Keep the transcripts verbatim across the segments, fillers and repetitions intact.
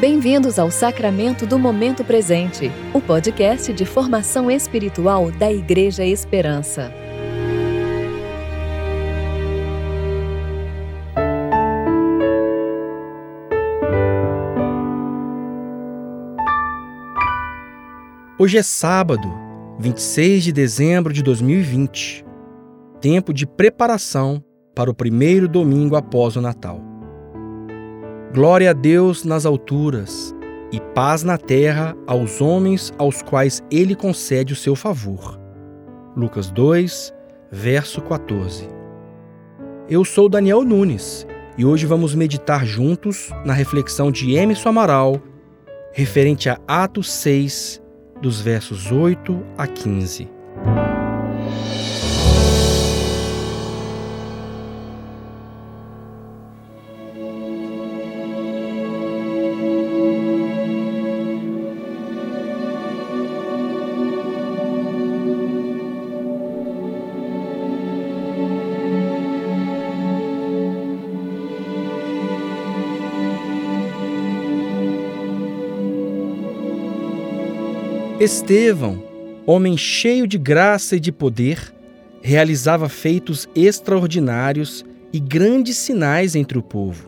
Bem-vindos ao Sacramento do Momento Presente, o podcast de formação espiritual da Igreja Esperança. Hoje é sábado, vinte e seis de dezembro de dois mil e vinte, tempo de preparação para o primeiro domingo após o Natal. Glória a Deus nas alturas e paz na terra aos homens aos quais Ele concede o seu favor. Lucas dois, verso quatorze. Eu sou Daniel Nunes e hoje vamos meditar juntos na reflexão de Emerson Amaral, referente a Atos seis, dos versos oito a quinze. Estevão, homem cheio de graça e de poder, realizava feitos extraordinários e grandes sinais entre o povo.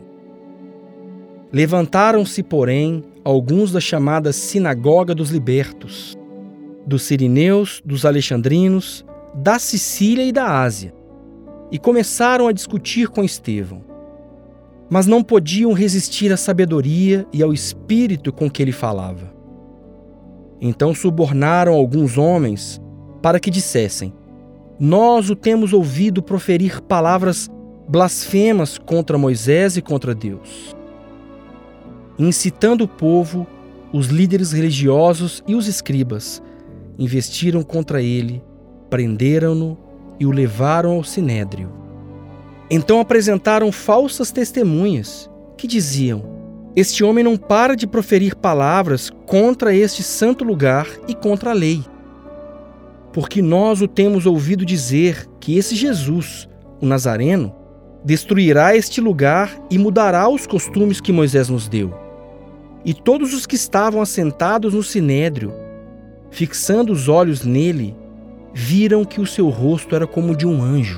Levantaram-se, porém, alguns da chamada Sinagoga dos Libertos, dos Sirineus, dos Alexandrinos, da Sicília e da Ásia, e começaram a discutir com Estevão. Mas não podiam resistir à sabedoria e ao espírito com que ele falava. Então subornaram alguns homens para que dissessem: Nós o temos ouvido proferir palavras blasfemas contra Moisés e contra Deus. Incitando o povo, os líderes religiosos e os escribas investiram contra ele, prenderam-no e o levaram ao sinédrio. Então apresentaram falsas testemunhas que diziam: Este homem não para de proferir palavras contra este santo lugar e contra a lei. Porque nós o temos ouvido dizer que esse Jesus, o Nazareno, destruirá este lugar e mudará os costumes que Moisés nos deu. E todos os que estavam assentados no sinédrio, fixando os olhos nele, viram que o seu rosto era como de um anjo.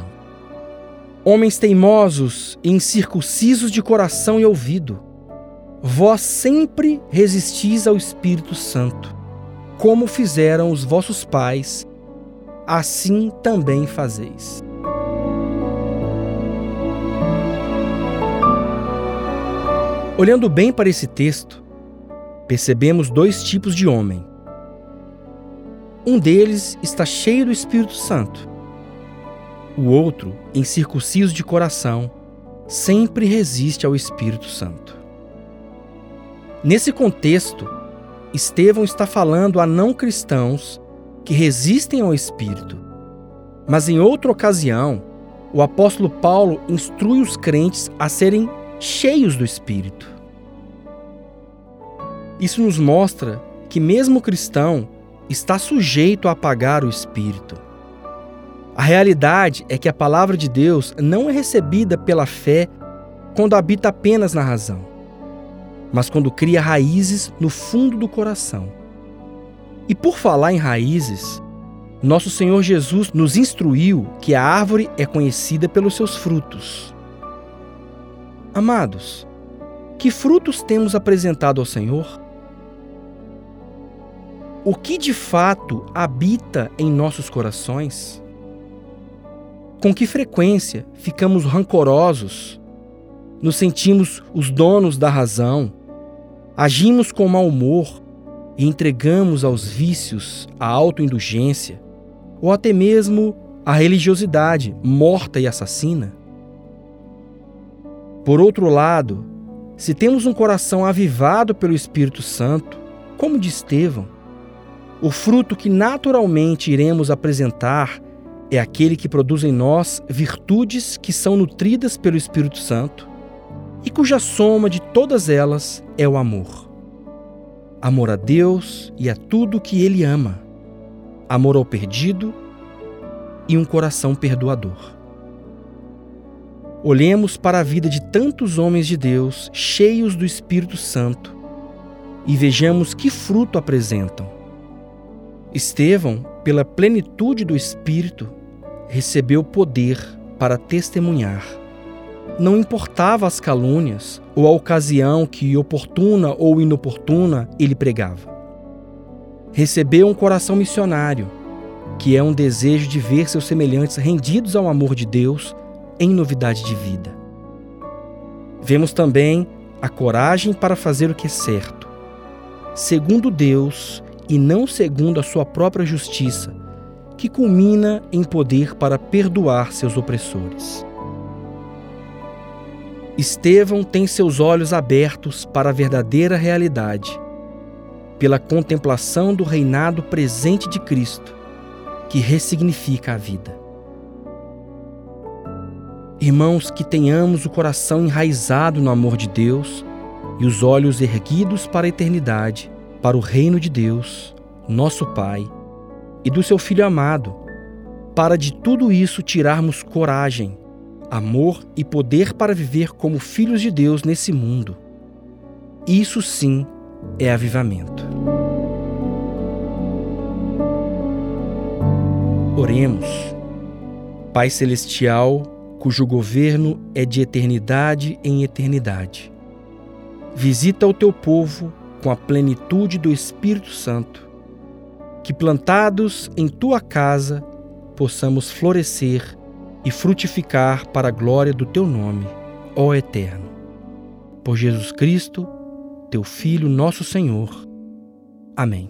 Homens teimosos e incircuncisos de coração e ouvido, vós sempre resistis ao Espírito Santo, como fizeram os vossos pais, assim também fazeis. Olhando bem para esse texto, percebemos dois tipos de homem. Um deles está cheio do Espírito Santo. O outro, incircunciso de coração, sempre resiste ao Espírito Santo. Nesse contexto, Estevão está falando a não cristãos que resistem ao Espírito. Mas em outra ocasião, o apóstolo Paulo instrui os crentes a serem cheios do Espírito. Isso nos mostra que mesmo o cristão está sujeito a apagar o Espírito. A realidade é que a palavra de Deus não é recebida pela fé quando habita apenas na razão, mas quando cria raízes no fundo do coração. E por falar em raízes, nosso Senhor Jesus nos instruiu que a árvore é conhecida pelos seus frutos. Amados, que frutos temos apresentado ao Senhor? O que de fato habita em nossos corações? Com que frequência ficamos rancorosos, nos sentimos os donos da razão, agimos com mau humor e entregamos aos vícios a autoindulgência ou até mesmo a religiosidade morta e assassina? Por outro lado, se temos um coração avivado pelo Espírito Santo, como de Estevão, o fruto que naturalmente iremos apresentar é aquele que produz em nós virtudes que são nutridas pelo Espírito Santo e cuja soma de todas elas é o amor. Amor a Deus e a tudo que Ele ama. Amor ao perdido e um coração perdoador. Olhemos para a vida de tantos homens de Deus cheios do Espírito Santo e vejamos que fruto apresentam. Estevão, pela plenitude do Espírito, recebeu poder para testemunhar. Não importava as calúnias ou a ocasião que, oportuna ou inoportuna, ele pregava. Recebeu um coração missionário, que é um desejo de ver seus semelhantes rendidos ao amor de Deus em novidade de vida. Vemos também a coragem para fazer o que é certo, segundo Deus e não segundo a sua própria justiça, que culmina em poder para perdoar seus opressores. Estevão tem seus olhos abertos para a verdadeira realidade, pela contemplação do reinado presente de Cristo, que ressignifica a vida. Irmãos, que tenhamos o coração enraizado no amor de Deus e os olhos erguidos para a eternidade, para o reino de Deus, nosso Pai, e do seu Filho amado, para de tudo isso tirarmos coragem, amor e poder para viver como filhos de Deus nesse mundo. Isso sim é avivamento. Oremos. Pai Celestial, cujo governo é de eternidade em eternidade, visita o teu povo com a plenitude do Espírito Santo, que plantados em tua casa possamos florescer e frutificar para a glória do teu nome, ó Eterno. Por Jesus Cristo, teu Filho, nosso Senhor. Amém.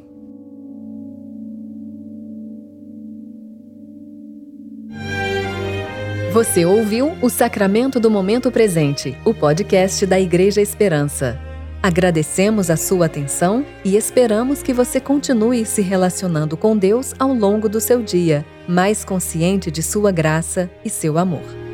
Você ouviu o Sacramento do Momento Presente, o podcast da Igreja Esperança. Agradecemos a sua atenção e esperamos que você continue se relacionando com Deus ao longo do seu dia, mais consciente de sua graça e seu amor.